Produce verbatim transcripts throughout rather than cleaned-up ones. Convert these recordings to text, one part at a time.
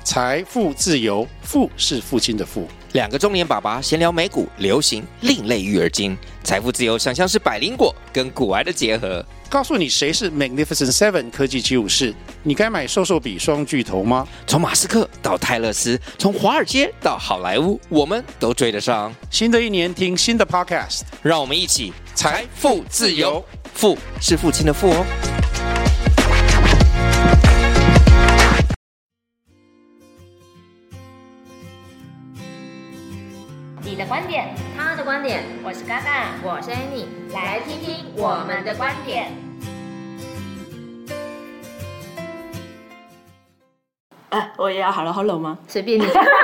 财富自由，富是父亲的富。 两个中年爸爸闲聊美股、流行、另类育儿经，财富自由想象是百灵果跟股癌的结合。 告诉你谁是 Magnificent Seven 科技七武士，你该买瘦瘦比双巨头吗？ 从马斯克到泰勒斯，从华尔街到好莱坞，我们都追得上。 新的一年听新的 Podcast， 让我们一起财富自由， 富是父亲的富哦。 你的观点，他的观点，我是嘎嘎，我是 Annie， 来听听我们的观点。 啊，我也要 Hello Hello 吗？ 随便你，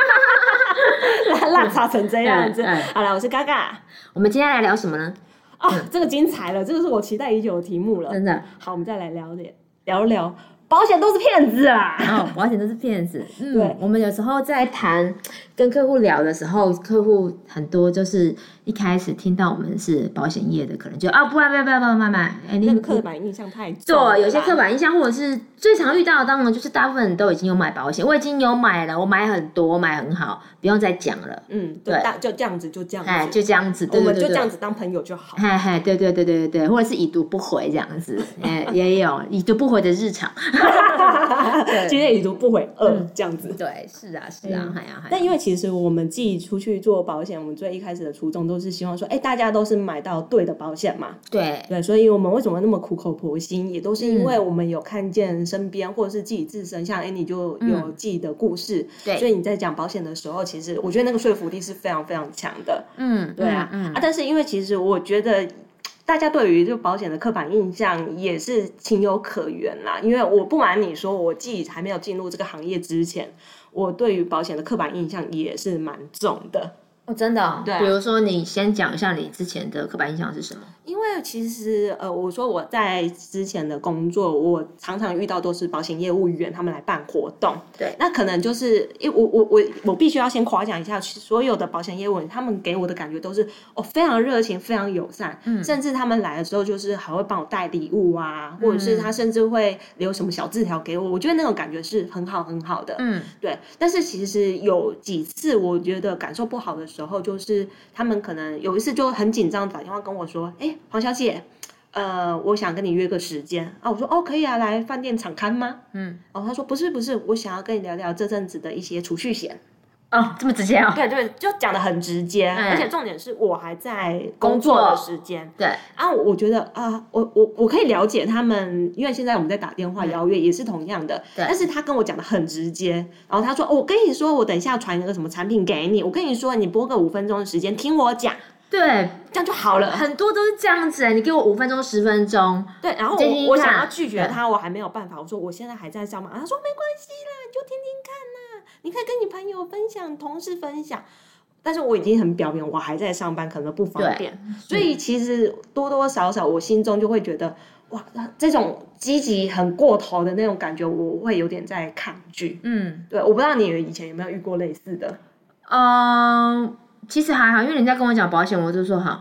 烂擦成这样子。 嗯嗯、 好了，我是嘎嘎。 我们今天来聊什么呢？ 啊、嗯，这个精彩了，这个是我期待已久的题目了。 真的。 好，我们再来聊聊聊聊。保险都是骗子啊！ 哦，保险都是骗子。嗯， 对， 我们有时候在谈跟客户聊的时候，客户很多就是一开始听到我们是保险业的，可能就啊不要不要不要不要买买， 哎，那个刻板印象太重了。 对，有些刻板印象，或者是最常遇到的，当然就是大部分人都已经有买保险，我已经有买了，我买很多，我买很好，不用再讲了。 嗯，对，就这样子，就这样子， 哎，就这样子，对对对对， 我们就这样子当朋友就好。 嘿嘿，对对对对对对，或者是已读不回这样子，哎，也有已读不回的日常。 今天已读不回二、嗯、这样子， 对，是啊，是啊，哎呀、嗯， 但因为其实我们自己出去做保险，我们最一开始的初衷都是希望说，哎，大家都是买到对的保险嘛， 对对，所以我们为什么那么苦口婆心，也都是因为我们有看见身边、嗯、或者是自己自身，像 Annie 就有自己的故事，嗯、对，所以你在讲保险的时候，其实我觉得那个说服力是非常非常强的， 嗯， 对啊， 嗯嗯、 啊，但是因为其实我觉得。大家对于这个保险的刻板印象也是情有可原啦，因为我不瞒你说，我自己还没有进入这个行业之前，我对于保险的刻板印象也是蛮重的。 哦，真的、哦？ 对、啊。 比如说，你先讲一下你之前的刻板印象是什么？ 因为其实呃，我说我在之前的工作，我常常遇到都是保险业务员他们来办活动。 对。 那可能就是因为我我我我必须要先夸奖一下所有的保险业务员，他们给我的感觉都是哦非常热情，非常友善，嗯，甚至他们来的时候就是还会帮我带礼物啊，或者是他甚至会留什么小字条给我，我觉得那种感觉是很好很好的，嗯，对。但是其实有几次我觉得感受不好的时候。时候就是他们可能有一次就很紧张打电话跟我说，哎，黄小姐，呃，我想跟你约个时间啊。我说哦，可以啊，来饭店场勘吗？嗯，然后他说不是不是，我想要跟你聊聊这阵子的一些储蓄险。 哦，这么直接哦？ 对对，就讲得很直接，嗯、而且重点是我还在工作的时间。 对啊，我觉得啊，我我我可以了解他们，因为现在我们在打电话邀约也是同样的，但是他跟我讲的很直接，然后他说、哦，我跟你说，我等一下传一个什么产品给你，我跟你说，你拨个五分钟的时间听我讲。 对， 这样就好了。 很多都是这样子哎，你给我五分钟、十分钟。 对，然后我我想要拒绝他，我还没有办法。我说我现在还在上班，他说没关系啦，你就听听看啦，你可以跟你朋友分享、同事分享。但是我已经很表明我还在上班，可能不方便。所以其实多多少少我心中就会觉得，哇，这种积极很过头的那种感觉，我会有点在抗拒。嗯，对，我不知道你以前有没有遇过类似的。 嗯。其实还好，因为人家跟我讲保险，我就说好。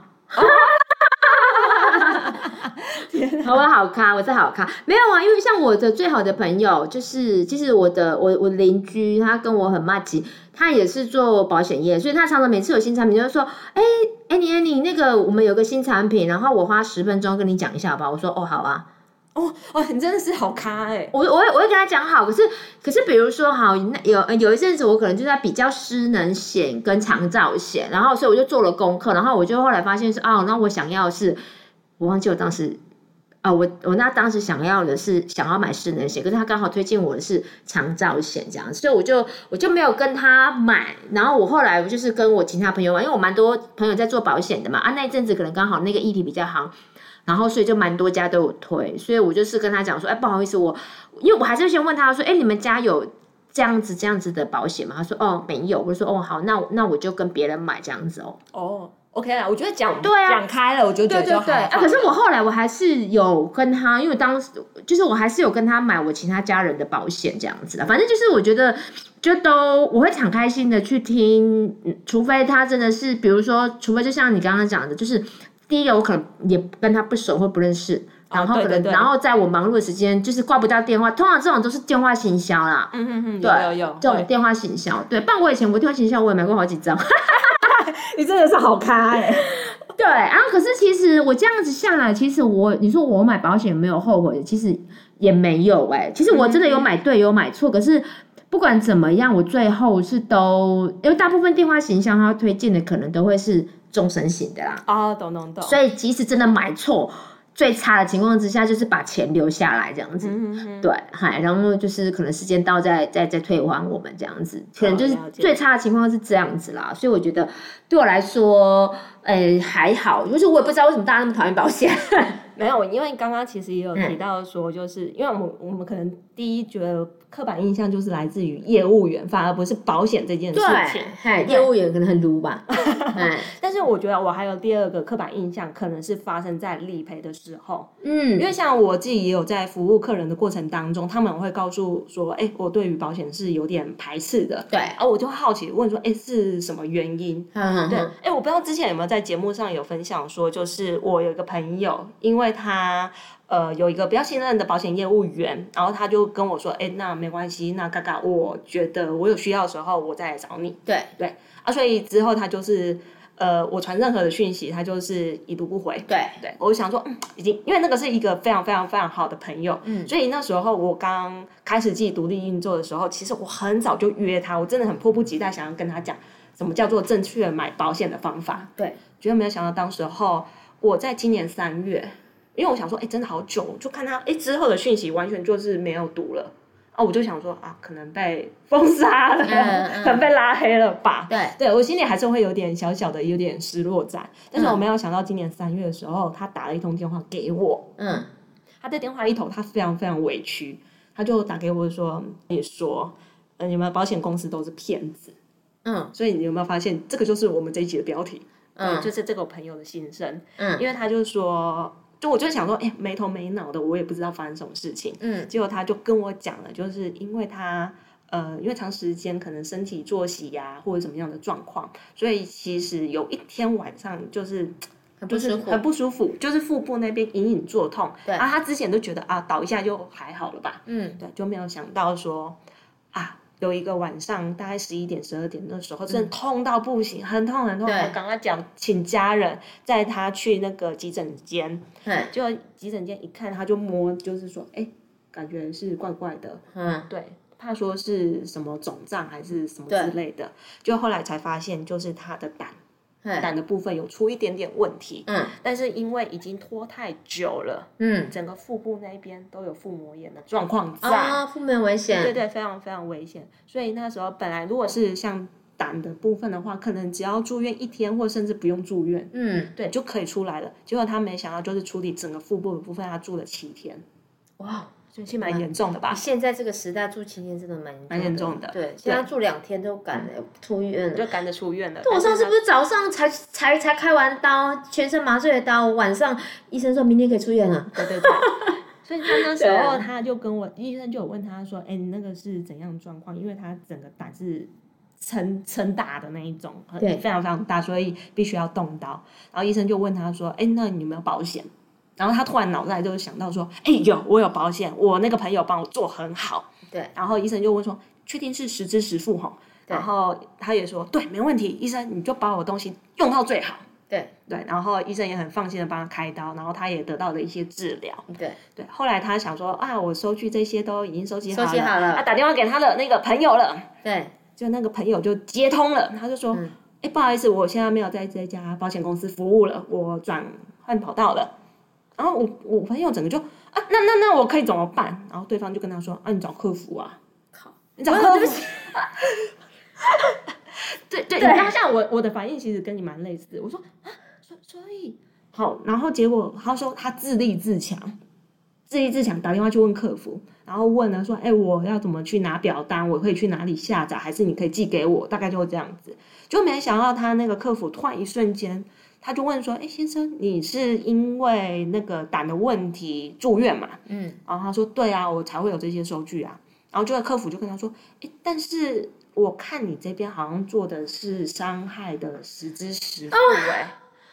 我好咖，我是好咖。没有啊，因为像我的最好的朋友，就是其实我的我我邻居，他跟我很麻吉，他也是做保险业，所以他常常每次有新产品，就是说，哎哎你你那个我们有个新产品，然后我花十分钟跟你讲一下好不好？我说哦好啊。 哦哦，你真的是好咖哎、欸！ 我我会我会跟他讲好，可是可是比如说好，有有一阵子我可能就在比较失能险跟长照险，然后所以我就做了功课，然后我就后来发现是哦，那我想要的是，我忘记我当时啊、哦，我我那当时想要的是想要买失能险，可是他刚好推荐我的是长照险这样，所以我就我就没有跟他买，然后我后来我就是跟我其他朋友玩，因为我蛮多朋友在做保险的嘛，啊那一阵子可能刚好那个议题比较好。然后所以就蛮多家都有推，所以我就是跟他讲说，哎，不好意思，我因为我还是先问他说，哎，你们家有这样子这样子的保险吗？他说，哦，没有。我就说，哦，好，那那我就跟别人买这样子哦。 哦 ，OK 啦，我觉得讲对啊讲开了，我就觉得就好。 对对对啊，可是我后来我还是有跟他，因为当时就是我还是有跟他买我其他家人的保险这样子的，反正就是我觉得就都我会敞开心的去听，除非他真的是，比如说，除非就像你刚刚讲的，就是。第一个我可能也跟他不熟或不认识， 然后可能， 哦对对对然后在我忙碌的时间，就是挂不到电话，通常这种都是电话行销啦。 嗯嗯嗯， 对， 有有有会这种电话行销，对。但我以前我电话行销我也买过好几张。 你真的是好咖哎、欸。 对，然后可是其实我这样子下来，其实我你说我买保险有没有后悔？其实也没有哎、欸。其实我真的有买对，有买错，可是不管怎么样，我最后是都，因为大部分电话行销它推荐的可能都会是终身型的啦。 哦，懂懂懂。 所以即使真的买错，最差的情况之下，就是把钱留下来这样子。 嗯哼哼对，嗨，然后就是可能时间到再再再退还我们这样子，可能就是了解最差的情况是这样子啦。所以我觉得对我来说，诶、还好，就是我也不知道为什么大家那么讨厌保险。 没有，因为刚刚其实也有提到说，就是、因为我们我们可能第一觉得刻板印象就是来自于业务员，反而不是保险这件事情。 嗨，业务员可能很撸吧。哎， 但是我觉得我还有第二个刻板印象，可能是发生在理赔的时候。 嗯， 因为像我自己也有在服务客人的过程当中，他们会告诉说，哎、欸，我对于保险是有点排斥的。 对， 啊，我就好奇问说，哎、欸，是什么原因？ 嗯对，哎、欸，我不知道之前有没有在节目上有分享说，就是我有一个朋友，因为他呃有一个比较信任的保险业务员，然后他就跟我说，哎、欸，那没关系，那嘎嘎，我觉得我有需要的时候我再来找你。 对对啊，所以之后他就是呃，我传任何的讯息，他就是已读不回。 对对，我就想说，嗯，已经因为那个是一个非常非常非常好的朋友， 嗯， 所以那时候我刚开始自己独立运作的时候，其实我很早就约他，我真的很迫不及待想要跟他讲什么叫做正确买保险的方法。 对， 结果没有想到当时候我在今年三月，因为我想说，哎，真的好久，就看他哎之后的讯息完全就是没有读了。啊，我就想说啊，可能被封杀了， 嗯嗯可能被拉黑了吧？ 对， 对我心里还是会有点小小的有点失落在，但是我没有想到今年三月的时候，他打了一通电话给我， 嗯， 他在电话一头，他非常非常委屈，他就打给我说：“你说，呃，你们保险公司都是骗子。” 嗯， 所以你有没有发现，这个就是我们这一集的标题？ 嗯， 就是这个我朋友的心声。 嗯， 因为他就说。就我就想说，哎、欸，没头没脑的，我也不知道发生什么事情。 嗯， 结果他就跟我讲了，就是因为他呃，因为长时间可能身体作息呀、啊，或者什么样的状况，所以其实有一天晚上就是很不舒服， 很不舒服，就是腹部那边隐隐作痛。 对啊，他之前都觉得啊，倒一下就还好了吧。 嗯， 对，就没有想到说啊。有一个晚上，大概十一点、十二点那时候，真的痛到不行，嗯、很痛很痛。我赶快讲，请家人载他去那个急诊间。 嗯， 就急诊间一看，他就摸，就是说，哎、欸，感觉是怪怪的。 嗯， 对，怕说是什么肿胀还是什么之类的。就后来才发现，就是他的胆。胆的部分有出一点点问题， 嗯， 但是因为已经拖太久了， 嗯， 整个腹部那边都有腹膜炎的状况在， 啊，腹膜危险， 对对，非常非常危险。所以那时候本来如果是像胆的部分的话，可能只要住院一天，或甚至不用住院， 嗯， 对，就可以出来了。结果他没想到，就是处理整个腹部的部分，他住了七天， 哇。 所以蛮严重的吧？ 现在这个时代住七天真的蛮蛮严重的， 对，现在住两天都赶出院了， 就赶着出院了。 我上次不是早上才才才开完刀，全身麻醉的刀，晚上医生说明天可以出院了。 对对对。所以他那时候他就跟我医生就有问他说：“哎、欸，你那个是怎样状况？因为他整个胆是撑撑大的那一种，对，非常非常大，所以必须要动刀。然后医生就问他说：‘哎、欸，那你有没有保险？’然后他突然脑袋就想到说：‘哎、欸，有，我有保险，我那个朋友帮我做很好。’ 对。 然后医生就问说：‘确定是实支实付哈？’然后他也说：‘对，没问题，医生你就把我东西用到最好。’ 对对，然后医生也很放心的帮他开刀，然后他也得到了一些治疗。 对对，后来他想说啊，我收据这些都已经收集好了， 收集好了， 他打电话给他的那个朋友了。 对， 就那个朋友就接通了，他就说：“哎、嗯欸，不好意思，我现在没有在这家保险公司服务了，我转换跑道了。”然后我我朋友整个就啊，那那那我可以怎么办？然后对方就跟他说：“啊，你找客服啊， 靠， 你找客服。”对对，你当下我我的反应其实跟你蛮类似的，我说啊，所所以好，然后结果他说他自立自强，自立自强，打电话去问客服，然后问了说，哎，我要怎么去拿表单？我可以去哪里下载？还是你可以寄给我？大概就会这样子。就没想到他那个客服突然一瞬间，他就问说，哎，先生，你是因为那个胆的问题住院嘛？ 嗯， 然后他说，对啊，我才会有这些收据啊。然后这个客服就跟他说，哎，但是我看你这边好像做的是伤害的实支实付，哎、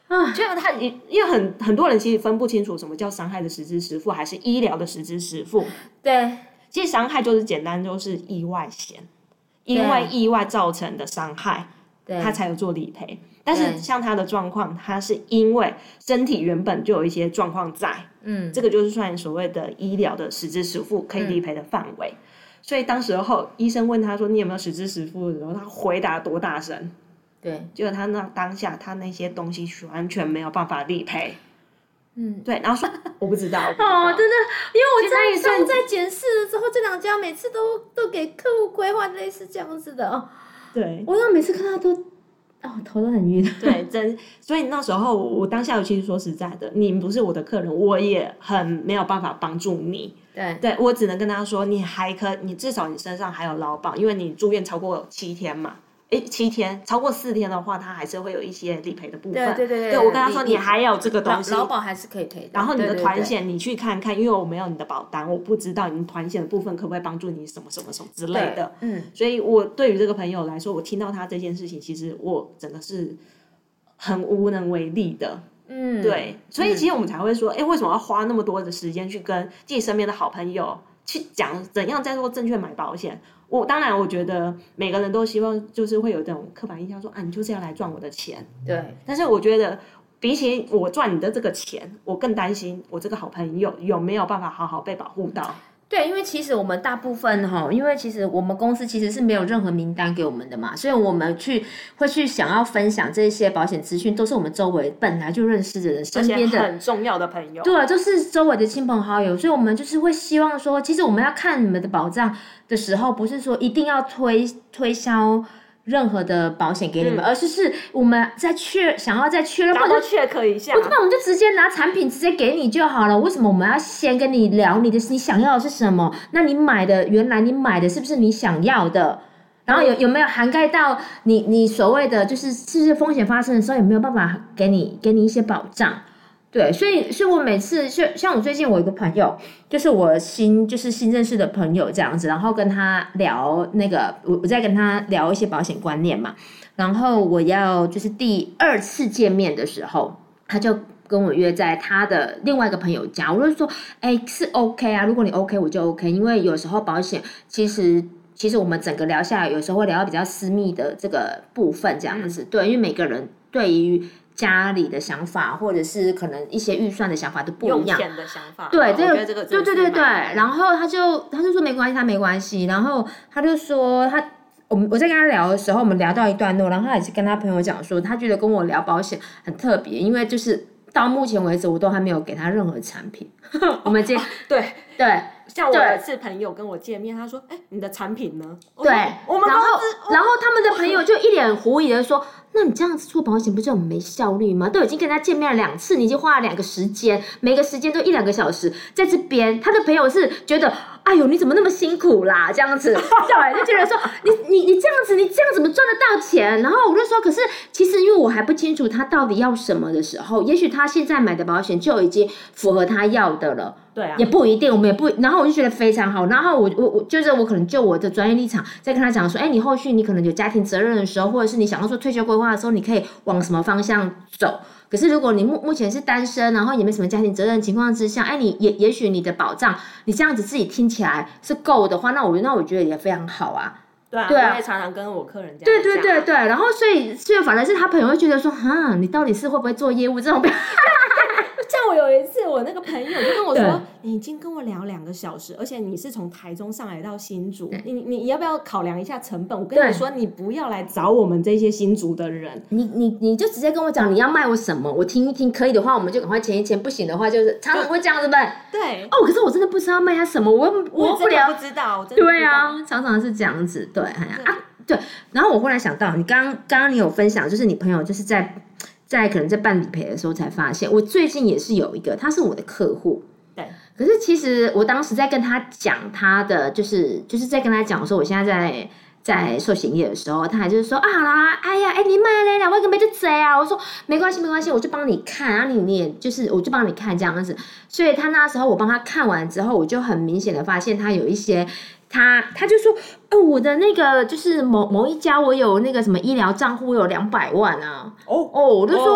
啊， 就他因为很很多人其实分不清楚什么叫伤害的实支实付，还是医疗的实支实付。 对， 其实伤害就是简单就是意外险，因为意外造成的伤害，他才有做理赔。但是像他的状况，他是因为身体原本就有一些状况在，嗯，这个就是算所谓的医疗的实支实付可以理赔的范围。嗯、所以当时候医生问他说：“你有没有实支实付？”的时候，他回答多大声？ 对， 结果他那当下他那些东西完全没有办法理赔。嗯，对，然后说我不知道，不知道哦，真的，因为我在上在检视的时候，这两家每次都都给客户规划类似这样子的哦。 对， 我要每次看到都。哦，头都很晕。 对，真，所以那时候我当下，其实说实在的，你不是我的客人，我也很没有办法帮助你。 对， 对我只能跟他说，你还可，你至少你身上还有劳保，因为你住院超过七天嘛。诶，七天超过四天的话，它还是会有一些理赔的部分。 对对对对， 对我跟他说，你还有这个东西， 劳保还是可以赔的。 然后你的团险，你去看看，因为我没有你的保单，我不知道你团险的部分可不可以帮助你什么什么什么之类的。嗯，所以我对于这个朋友来说，我听到他这件事情，其实我整个是很无能为力的。嗯，对，所以其实我们才会说，哎、嗯，为什么要花那么多的时间去跟自己身边的好朋友去讲怎样在做正确买保险？我当然，我觉得每个人都希望就是会有这种刻板印象说，啊，你就是要来赚我的钱。 对。 但是我觉得，比起我赚你的这个钱，我更担心我这个好朋友有没有办法好好被保护到。 对，因为其实我们大部分哈，因为其实我们公司其实是没有任何名单给我们的嘛，所以我们去会去想要分享这些保险资讯，都是我们周围本来就认识的人，身边的很重要的朋友， 对，就是周围的亲朋好友，所以我们就是会希望说，其实我们要看你们的保障的时候，不是说一定要推推销任何的保险给你们，嗯、而是是我们在确想要再确认， 或者确认一下， 不然我们就直接拿产品直接给你就好了。为什么我们要先跟你聊你的你想要的是什么？那你买的原来你买的是不是你想要的？然后有有没有涵盖到你你所谓的就是是不是风险发生的时候有没有办法给你给你一些保障？对，所以所以我每次像像我最近我有一个朋友，就是我新就是新认识的朋友这样子，然后跟他聊那个我我在跟他聊一些保险观念嘛，然后我要就是第二次见面的时候，他就跟我约在他的另外一个朋友家，我就说，哎，是 OK 啊，如果你 OK 我就 OK， 因为有时候保险其实。其实我们整个聊下来，有时候会聊到比较私密的这个部分，这样子，嗯、对，因为每个人对于家里的想法，或者是可能一些预算的想法都不一样， 用钱的想法， 对， 这个，这个对对对对。然后他就他就说没关系，他没关系。然后他就说他，我们我在跟他聊的时候，我们聊到一段落，然后他也是跟他朋友讲说，他觉得跟我聊保险很特别，因为就是到目前为止，我都还没有给他任何产品。我们今、 哦、对对。 像我有一次朋友跟我见面，他说：“哎、欸，你的产品呢？” 对， 我们然后公司， 然后他们的朋友就一脸狐疑的说：“那你这样子做保险不就很没效率吗？都已经跟他见面了两次，你已经花了两个时间，每个时间都一两个小时，在这边，他的朋友是觉得，哎呦，你怎么那么辛苦啦？这样子，对，就觉得说，你你你这样子，你这样怎么赚得到钱？然后我就说，可是其实因为我还不清楚他到底要什么的时候，也许他现在买的保险就已经符合他要的了。” 对啊， 也不一定，我们也不，然后我就觉得非常好，然后我我我就是我可能就我的专业立场在跟他讲说，哎，你后续你可能有家庭责任的时候，或者是你想要做退休规划的时候，你可以往什么方向走。可是如果你目目前是单身，然后也没什么家庭责任的情况之下，哎，你也也许你的保障，你这样子自己听起来是够的话，那我那我觉得也非常好啊。 对啊，对啊，我也常常跟我客人这样讲。 对对对对，然后所以所以反而是他朋友会觉得说，哈，你到底是会不会做业务这种？ 像我有一次，我那个朋友就跟我说：“你已经跟我聊两个小时，而且你是从台中上来到新竹，你你要不要考量一下成本？我跟你说，你不要来找我们这些新竹的人， 你你你就直接跟我讲你要卖我什么，我听一听，可以的话我们就赶快签一签，不行的话就是常常会这样子呗。 对哦，可是我真的不知道卖他什么，我我不了， 不知道，我真的不知道对啊，常常是这样子，对，啊对。然后我忽然想到，你刚刚刚刚你有分享，就是你朋友就是在。在可能在办理赔的时候才发现，我最近也是有一个，他是我的客户， 对。 可是其实我当时在跟他讲他的，就是就是在跟他讲说，我现在在在寿险业的时候，他还就是说啊啦，哎呀，哎你买了两万个没得贼啊，我说没关系没关系，我就帮你看啊，你你也就是我就帮你看这样子。所以他那时候我帮他看完之后，我就很明显的发现他有一些。他他就说，哦，我的那个就是某某一家，我有那个什么医疗账户，有两百万啊。哦哦，我就说，哦，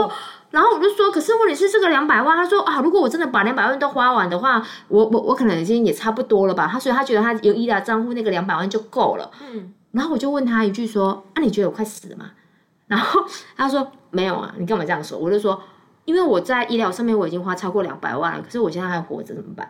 然后我就说，可是问题是这个两百万，他说啊，如果我真的把两百万都花完的话，我我我可能已经也差不多了吧。他所以他觉得他有医疗账户那个两百万就够了。嗯，然后我就问他一句说，啊，你觉得我快死了吗？然后他说没有啊，你干嘛这样说？我就说，因为我在医疗上面我已经花超过两百万了，可是我现在还活着怎么办？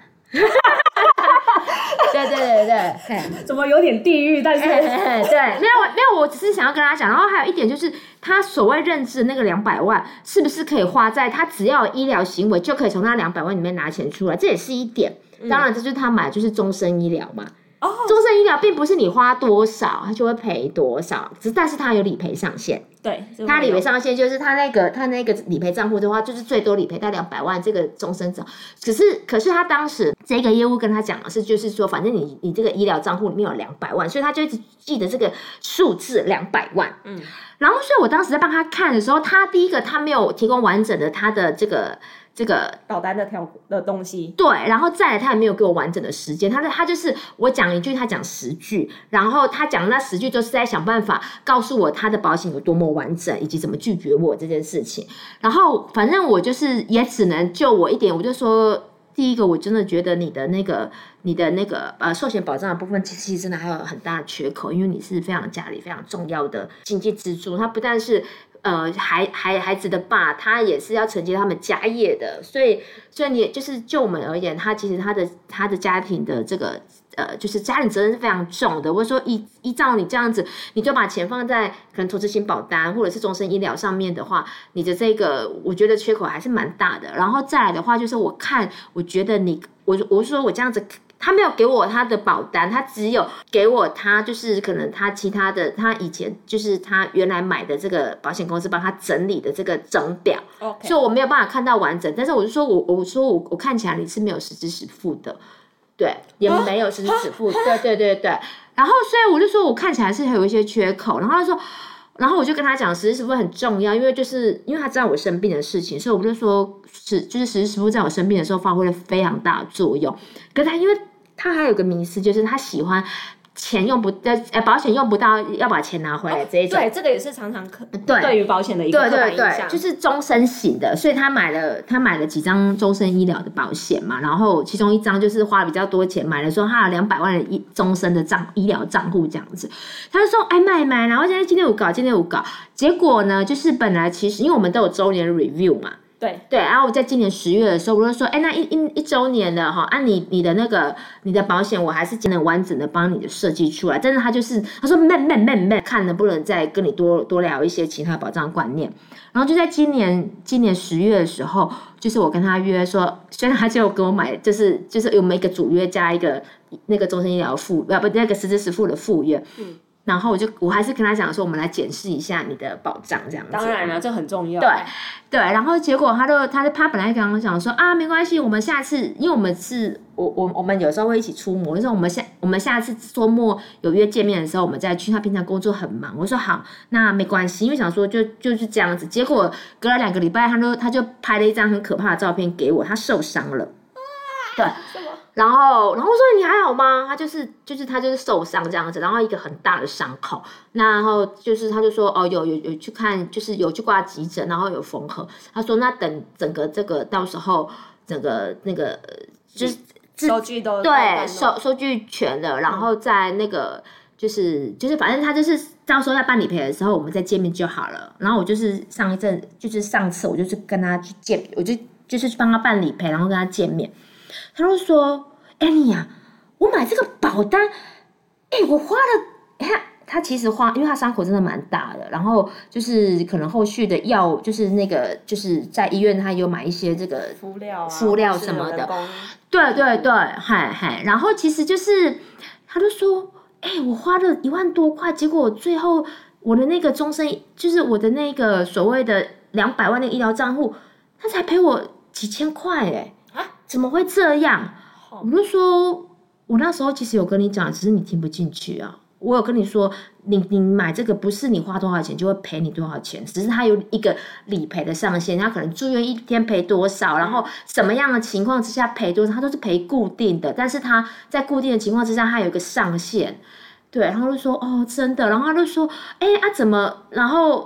对对对对， 怎么有点地狱？但是对，没有没有，我只是想要跟他讲。然后还有一点就是，他所谓认知的那个两百万，是不是可以花在他只要有医疗行为就可以从那两百万里面拿钱出来？这也是一点。当然，这就是他买的就是终身医疗嘛。哦，终身医疗并不是你花多少，他就会赔多少，只但是他有理赔上限。 对， 他理赔上限就是他那个他那个理赔账户的话，就是最多理赔到两百万这个终身账。可是可是他当时这个业务跟他讲的是，就是说反正你你这个医疗账户里面有两百万，所以他就一直记得这个数字两百万。嗯，然后所以我当时在帮他看的时候，他第一个他没有提供完整的他的这个。这个保单的条的东西， 对，然后再来他也没有给我完整的时间，他的他就是我讲一句，他讲十句，然后他讲那十句都是在想办法告诉我他的保险有多么完整，以及怎么拒绝我这件事情。然后反正我就是也只能救我一点，我就说第一个，我真的觉得你的那个你的那个呃寿险保障的部分，其实真的还有很大的缺口，因为你是非常家里非常重要的经济支柱，它不但是。呃，孩孩孩子的爸，他也是要承接他们家业的，所以，所以你就是就我们而言，他其实他的他的家庭的这个呃，就是家庭责任是非常重的。我说依依照你这样子，你就把钱放在可能投资型保单或者是终身医疗上面的话，你的这个我觉得缺口还是蛮大的。然后再来的话，就是我看，我觉得你，我我说我这样子。他没有给我他的保单，他只有给我他就是可能他其他的，他以前就是他原来买的这个保险公司帮他整理的这个整表， okay. 所以我没有办法看到完整。但是我就说我我说我我看起来你是没有实支实付的，对，也没有实支实付，对对对对。然后所以我就说我看起来是有一些缺口，然后他说。然后我就跟他讲，实支实付很重要，因为就是因为他知道我生病的事情，所以我就说，是就是实支实付在我生病的时候发挥了非常大的作用。可是他因为他还有个迷思，就是他喜欢钱用不呃保险用不到，要把钱拿回来这一种。 对，这个也是常常可对对于保险的一个刻板印象，对对对， 就是终身型的，所以他买了他买了几张终身医疗的保险嘛，然后其中一张就是花了比较多钱买了说他有两百万的一终身的账医疗账户这样子，他就说哎买买，然后现在今天有搞今天有搞，结果呢就是本来其实因为我们都有周年 review 嘛。 对对，然后我在今年十月的时候，我就说，哎，那一一一周年的哈，啊你你的那个你的保险，我还是尽能完整的帮你的设计出来。但是他就是他说，慢慢慢慢看能不能再跟你多多聊一些其他保障观念。然后就在今年今年十月的时候，就是我跟他约说，虽然他就给我买，就是就是有每个主约加一个那个终身医疗附，呃不那个实支实付的附约。嗯。然后我就我还是跟他讲说，我们来检视一下你的保障这样子。 当然了，这很重要。 对对，然后结果他就他他本来跟我讲说啊，没关系，我们下次因为我们是我我我们有时候会一起出门，就是我们下我们下次周末有约见面的时候，我们再去。他平常工作很忙，我说好，那没关系，因为想说就就是这样子。结果隔了两个礼拜，他就他就拍了一张很可怕的照片给我，他受伤了。对。然后，然后我说你还好吗？他就是就是他就是受伤这样子，然后一个很大的伤口，然后就是他就说哦有有有去看，就是有去挂急诊，然后有缝合。他说那等整个这个到时候整个那个就是收据都对收收据全了，然后在那个就是就是反正他就是到时候要办理赔的时候，我们再见面就好了。然后我就是上一阵就是上次我就是跟他去见，我就就是去帮他办理赔，然后跟他见面。他就说 Annie 啊，我买这个保单，哎，我花了，他他其实花，因为他伤口真的蛮大的，然后就是可能后续的药，就是那个就是在医院他有买一些这个敷料啊、 敷料什么的，对对对，嗨嗨，然后其实就是他就说，哎，我花了一万多块，结果我最后我的那个终身，就是我的那个所谓的两百万的医疗账户，他才赔我几千块，哎。怎么会这样？我就说，我那时候其实有跟你讲，只是你听不进去啊。我有跟你说，你你买这个不是你花多少钱就会赔你多少钱，只是它有一个理赔的上限，它可能住院一天赔多少，然后什么样的情况之下赔多少，它都是赔固定的。但是它在固定的情况之下，它有一个上限。对，然后就说哦，真的，然后他就说，哎啊怎么？然后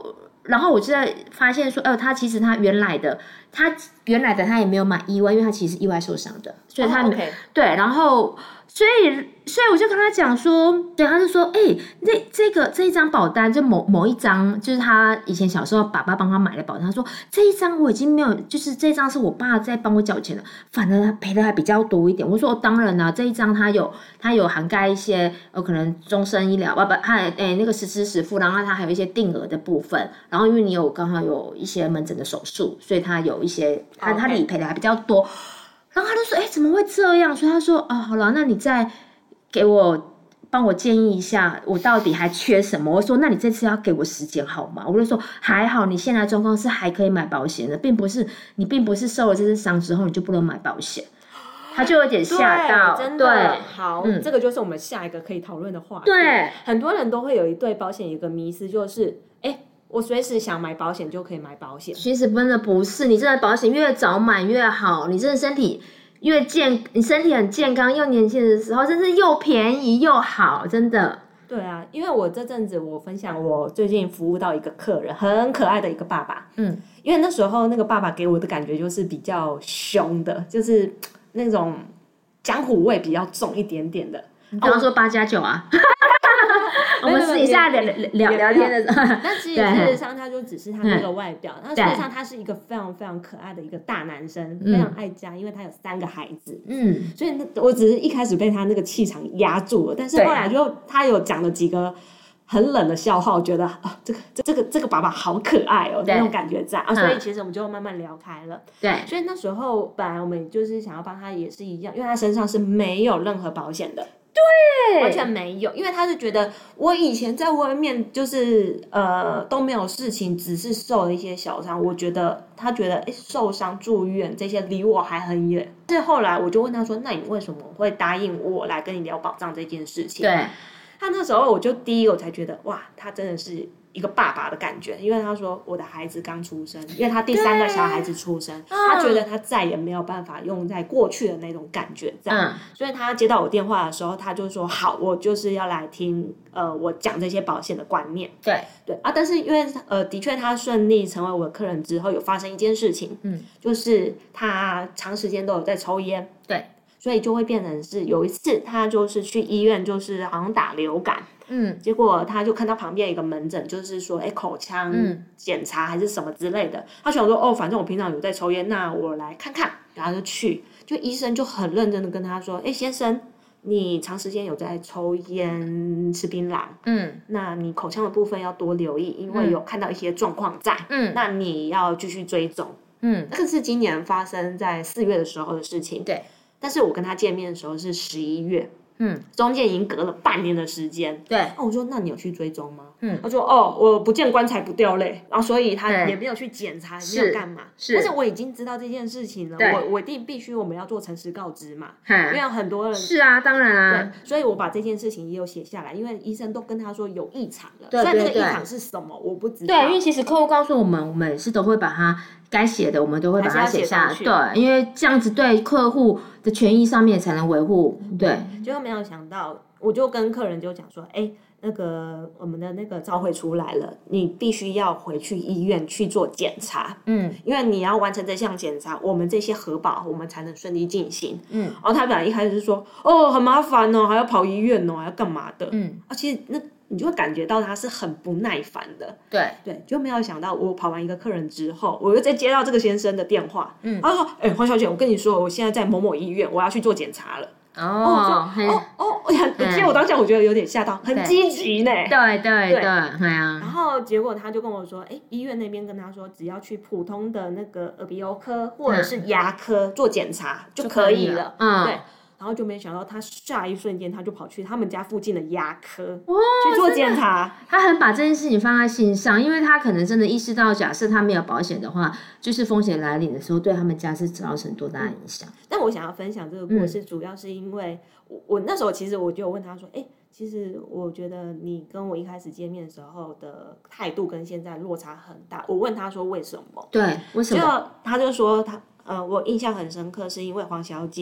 然后我就在发现说，哦，他其实他原来的他原来的他也没有买意外，因为他其实意外受伤的，所以他、 哦 okay. 对，然后所以所以我就跟他讲说，对，他就说，哎、欸，这这个这一张保单就某某一张，就是他以前小时候爸爸帮他买的保单，他说这一张我已经没有，就是这张是我爸在帮我缴钱的，反而他赔的还比较多一点。我说、哦、当然啦，这一张他有他有涵盖一些呃可能终身医疗，不不，他哎、欸、那个实支实付，然后他还有一些定额的部分，然后因为你有刚好有一些门诊的手术，所以他有一些他他理赔的还比较多。然后他就说，哎、欸，怎么会这样？所以他说，哦，好了，那你再给我帮我建议一下，我到底还缺什么？我说，那你这次要给我时间好吗？我就说，还好，你现在状况是还可以买保险的，并不是你并不是受了这次伤之后你就不能买保险。他就有点吓到， 真的对， 好、 嗯， 这个就是我们下一个可以讨论的话题。 对， 很多人都会有一对保险有一个迷思，就是哎，我随时想买保险就可以买保险。 其实真的不是，你真的保险越早买越好，你真的身体越健，你身体很健康又年轻的时候，真是又便宜又好，真的。 对啊，因为我这阵子我分享我最近服务到一个客人，很可爱的一个爸爸。嗯，因为那时候那个爸爸给我的感觉就是比较凶的，就是那种江湖味比较重一点点的。 你刚刚说八加九啊？我们私底下聊聊聊天的时候， 但其实事实上他就只是他那个外表，那事实上他是一个非常非常可爱的一个大男生，非常爱家，因为他有三个孩子，嗯，所以我只是一开始被他那个气场压住了，但是后来就他有讲了几个很冷的笑话，我觉得啊，这个这个这个爸爸好可爱哦，那种感觉在啊，所以其实我们就慢慢聊开了。对，所以那时候本来我们就是想要帮他也是一样，因为他身上是没有任何保险的。对，完全没有，因为他是觉得我以前在外面就是呃都没有事情，只是受了一些小伤。我觉得他觉得哎受伤住院这些离我还很远。是后来我就问他说：“那你为什么会答应我来跟你聊保障这件事情？”对，他那时候我就第一我才觉得哇，他真的是一个爸爸的感觉，因为他说我的孩子刚出生，因为他第三个小孩子出生，他觉得他再也没有办法用在过去的那种感觉在，嗯，所以他接到我电话的时候，他就说好，我就是要来听呃我讲这些保险的观念，对对啊，但是因为呃的确他顺利成为我的客人之后，有发生一件事情，嗯，就是他长时间都有在抽烟，对，所以就会变成是有一次他就是去医院，就是好像打流感。嗯，结果他就看到旁边有一个门诊，就是说，哎，口腔检查还是什么之类的。嗯、他想说，哦，反正我平常有在抽烟，那我来看看，然后就去，就医生就很认真的跟他说，哎，先生，你长时间有在抽烟、吃槟榔，嗯，那你口腔的部分要多留意，因为有看到一些状况在，嗯，那你要继续追踪，嗯，这个是今年发生在四月的时候的事情，对，但是我跟他见面的时候是十一月。嗯，中间已经隔了半年的时间。对，哦，我说那你有去追踪吗？嗯，他说哦，我不见棺材不掉泪，然后所以他也没有去检查，也没有干嘛。是，但是我已经知道这件事情了，我我一定必须我们要做诚实告知嘛，因为很多人是啊，当然啊， 对，所以我把这件事情也有写下来，因为医生都跟他说有异常了，虽然那个异常是什么我不知道。 对，因为其实客户告诉我们，我们是都会把它该写的，我们都会把它写下来。对，因为这样子对客户的权益上面才能维护。对， 结果没有想到。我就跟客人就讲说，哎，那个我们的那个照会出来了，你必须要回去医院去做检查，嗯，因为你要完成这项检查，我们这些核保我们才能顺利进行，嗯。然后他本来一开始是说，哦，很麻烦哦，还要跑医院哦，还要干嘛的，嗯。而且那你就会感觉到他是很不耐烦的，对对，就没有想到我跑完一个客人之后，我又再接到这个先生的电话，嗯，他说，哎，黄小姐，我跟你说，我现在在某某医院，我要去做检查了。哦，哦哦哦！其实我当下我觉得有点吓到，很积极呢。 对对对，对啊。 然后结果他就跟我说，哎，医院那边跟他说，只要去普通的那个耳鼻喉科或者是牙科做检查就可以了。嗯，对。然后就没想到他下一瞬间他就跑去他们家附近的牙科、哦、去做检查。 他很把这件事情放在心上，因为他可能真的意识到，假设他没有保险的话，就是风险来临的时候对他们家是造成多大的影响、嗯、 但我想要分享这个故事、嗯、主要是因为 我, 我那时候其实我就有问他说，哎，其实我觉得你跟我一开始见面的时候的态度跟现在落差很大。我问他说为什么？ 对，为什么？ 就他就说他呃，我印象很深刻是因为黄小姐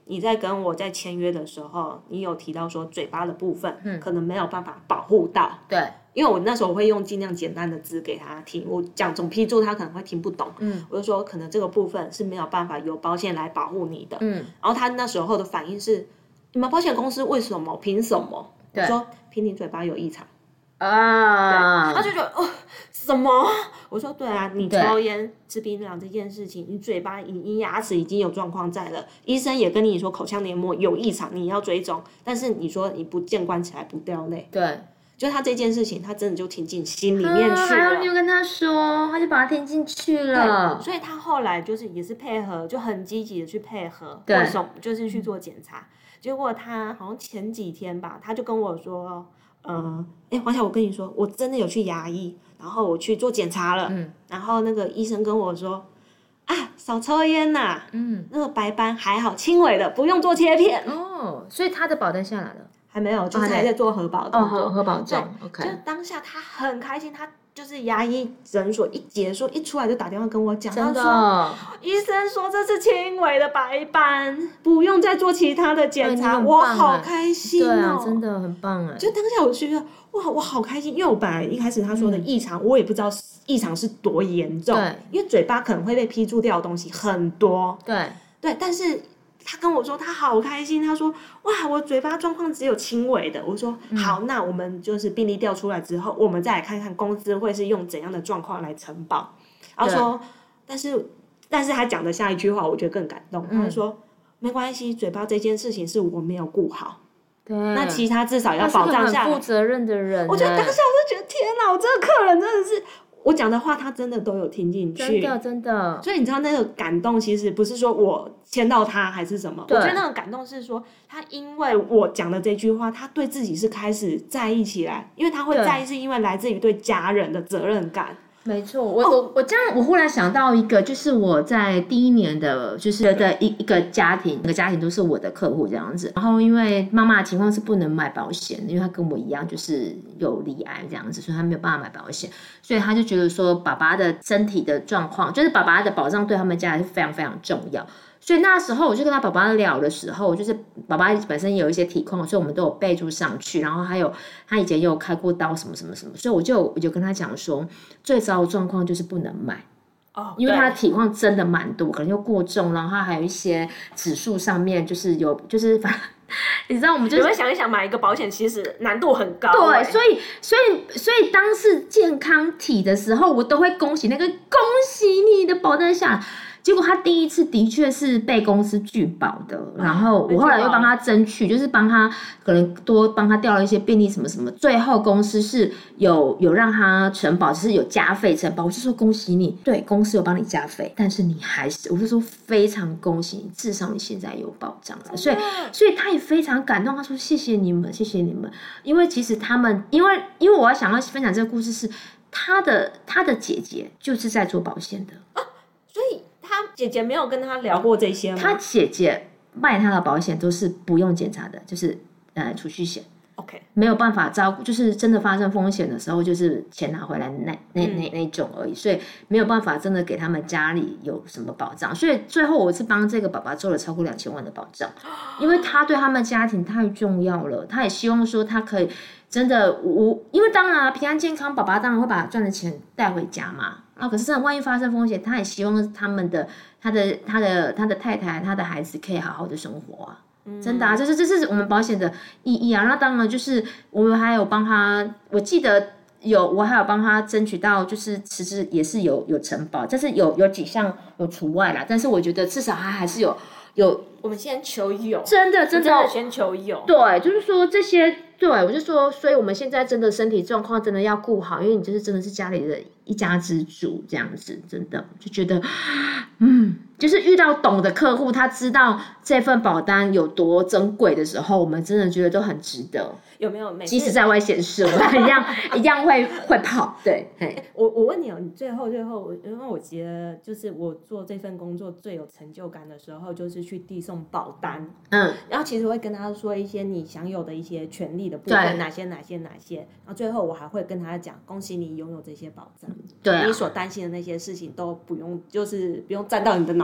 你在跟我在签约的时候，你有提到说嘴巴的部分，嗯，可能没有办法保护到， 对， 因为我那时候会用尽量简单的字给他听，我讲总批注他可能会听不懂，嗯，我就说可能这个部分是没有办法由保险来保护你的，嗯，然后他那时候的反应是，你们保险公司为什么？凭什么？我说凭你嘴巴有异常。 啊， 他就觉得哦什么？我说对啊，你抽烟吃槟榔这件事情，你嘴巴已经牙齿已经有状况在了，医生也跟你说口腔黏膜有异常，你要追踪，但是你说你不见关起来不掉泪， 对， 就他这件事情，他真的就听进心里面去了。 啊、还有你有跟他说，他就把他听进去了， 所以他后来就是也是配合，就很积极的去配合， 对， 就是去做检查。结果他好像前几天吧，他就跟我说。嗯，哎，黄小，我跟你说，我真的有去牙医，然后我去做检查了，嗯，然后那个医生跟我说，啊，少抽烟呐、啊，嗯，那个白斑还好，轻微的，不用做切片。 哦，所以他的保单下来了， 还没有，就是还在做核保的。 哦，核核保证 ，OK。 就当下他很开心，他就是牙医诊所一结束一出来就打电话跟我讲， 真的， 他说医生说这是轻微的白斑，不用再做其他的检查，我好开心哦， 对啊，真的很棒哎。 就当下我就觉得哇，我好开心，因为我本来一开始他说的异常，嗯、我也不知道异常是多严重， 对， 因为嘴巴可能会被批注掉的东西很多， 对对，但是。他跟我说他好开心，他说哇，我嘴巴状况只有轻微的。我说、嗯、好，那我们就是病历调出来之后，我们再来看看公司会是用怎样的状况来承保。然后说，但是但是他讲的下一句话，我觉得更感动。嗯、他说没关系，嘴巴这件事情是我没有顾好， 对， 那其他至少要保障下来。 他是很负责任的人， 我觉得当下我就觉得天哪，我这个客人真的是。我讲的话，他真的都有听进去， 真的真的。 所以你知道那个感动，其实不是说我牵到他还是什么，我觉得那个感动是说，他因为我讲的这句话，他对自己是开始在意起来，因为他会在意，是因为来自于对家人的责任感。 没错，我、哦、我我这样，我忽然想到一个，就是我在第一年的，就是的一一个家庭，一个家庭都是我的客户这样子。然后因为妈妈的情况是不能买保险，因为她跟我一样，就是有罹癌这样子，所以她没有办法买保险，所以她就觉得说，爸爸的身体的状况，就是爸爸的保障对他们家是非常非常重要。所以那时候我就跟他爸爸聊的时候，就是爸爸本身也有一些体况，所以我们都有备注上去，然后还有他以前也有开过刀什么什么什么，所以我就我就跟他讲说，最糟的状况就是不能买。哦，因为他的体况真的蛮多，可能又过重，然后他还有一些指数上面就是有，就是反正你知道，我们就是你会想一想，买一个保险其实难度很高、 欸。对，所以所以所以当是健康体的时候，我都会恭喜那个恭喜你的保单下。结果他第一次的确是被公司拒保的，然后我后来又帮他争取，就是帮他可能多帮他调了一些便利什么什么，最后公司是有有让他承保，就是有加费承保。我就说恭喜你，对公司有帮你加费，但是你还是，我就说非常恭喜你，至少你现在有保障了。所以所以他也非常感动，他说谢谢你们，谢谢你们，因为其实他们，因为因为我要想要分享这个故事是他的他的姐姐就是在做保险的啊，所以。他姐姐没有跟他聊过这些吗？ 他姐姐卖他的保险都是不用检查的，就是呃储蓄险。 OK， 没有办法照顾，就是真的发生风险的时候，就是钱拿回来那那那那种而已，所以没有办法真的给他们家里有什么保障。所以最后我是帮这个爸爸做了超过两千万的保障，因为他对他们家庭太重要了，他也希望说他可以真的无，因为当然平安健康，爸爸当然会把赚的钱带回家嘛。啊，可是真的万一发生风险，他也希望他们的他的他的他的太太他的孩子可以好好的生活啊。真的啊，这是这是我们保险的意义啊。那当然就是我们还有帮他，我记得有我还有帮他争取到，就是其实也是有有承保，但是有有几项有除外啦。但是我觉得至少他还是有有。 我们先求有， 真的真的真的先求有。 对，就是说这些，对我就说，所以我们现在真的身体状况真的要顾好，因为你就是真的是家里的一家之主，这样子，真的就觉得，嗯。就是遇到懂的客户，他知道这份保单有多珍贵的时候，我们真的觉得都很值得。 有没有每次即使在外显示，我们一样一样会会跑。对， 我我问你哦，你最后最后，因为我觉得就是我做这份工作最有成就感的时候，就是去递送保单。嗯，然后其实会跟他说一些你享有的一些权利的部分，哪些哪些哪些，然后最后我还会跟他讲，恭喜你拥有这些保障。 对、啊， 你所担心的那些事情都不用，就是不用占到你的脑。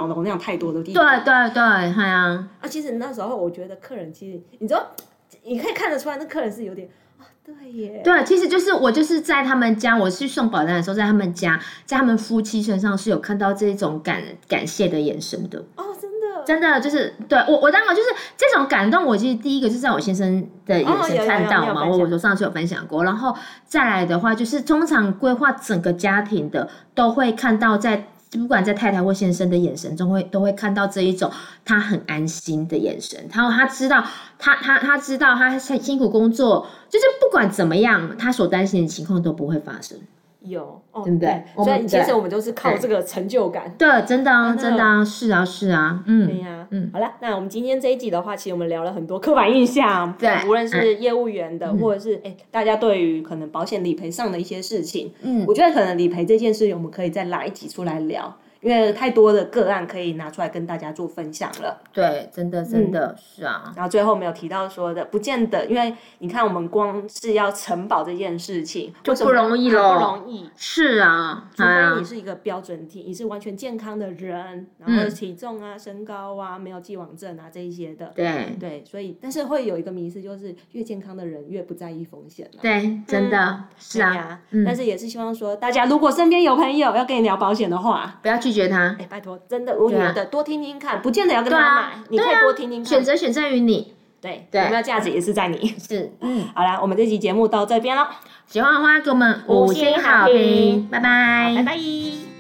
脑容量太多的地方。 对对对，哎呀、啊， 啊，其实那时候我觉得客人其实你知道，你可以看得出来，那客人是有点。对耶， 对，其实就是我就是在他们家，我去送保单的时候，在他们家，在他们夫妻身上是有看到这种感感谢的眼神的。 哦，真的， 真的就是对我，我当然就是这种感动。我其实第一个就是在我先生的眼神看到嘛，哦、我我上次有分享过。然后再来的话，就是通常规划整个家庭的，都会看到在。不管在太太或先生的眼神中会，都会看到这一种他很安心的眼神。然后他知道，他他他知道他辛苦工作，就是不管怎么样，他所担心的情况都不会发生。 有，哦、 对不对？ 对，所以其实我们都是靠这个成就感。 对，真的啊，真的啊，是啊，是啊，嗯， 对呀、啊，嗯，好了，那我们今天这一集的话，其实我们聊了很多刻板印象， 对， 无论是业务员的，嗯、或者是哎，大家对于可能保险理赔上的一些事情，嗯，我觉得可能理赔这件事，我们可以再拉一集出来聊。因为太多的个案可以拿出来跟大家做分享了， 对，真的真的、嗯、是啊。 然后最后没有提到说的，不见得，因为你看我们光是要承保这件事情就不容易了， 不容易。 是啊， 除非你是一个标准体，你是完全健康的人，然后体重啊、嗯、身高啊、没有既往症啊这一些的， 对对，所以但是会有一个迷思，就是越健康的人越不在意风险了。 对，真的、嗯、是啊、 嗯，但是也是希望说，大家如果身边有朋友要跟你聊保险的话， 不要拒绝他。 哎，拜托，真的，我觉得多听听看，不见得要跟他买，啊、你可以多听听看。 选择选择于你， 对对，有没有价值也是在你。 是，嗯， 好啦，我们这期节目到这边咯。 喜欢的话给我们五星好评，拜拜， 拜拜。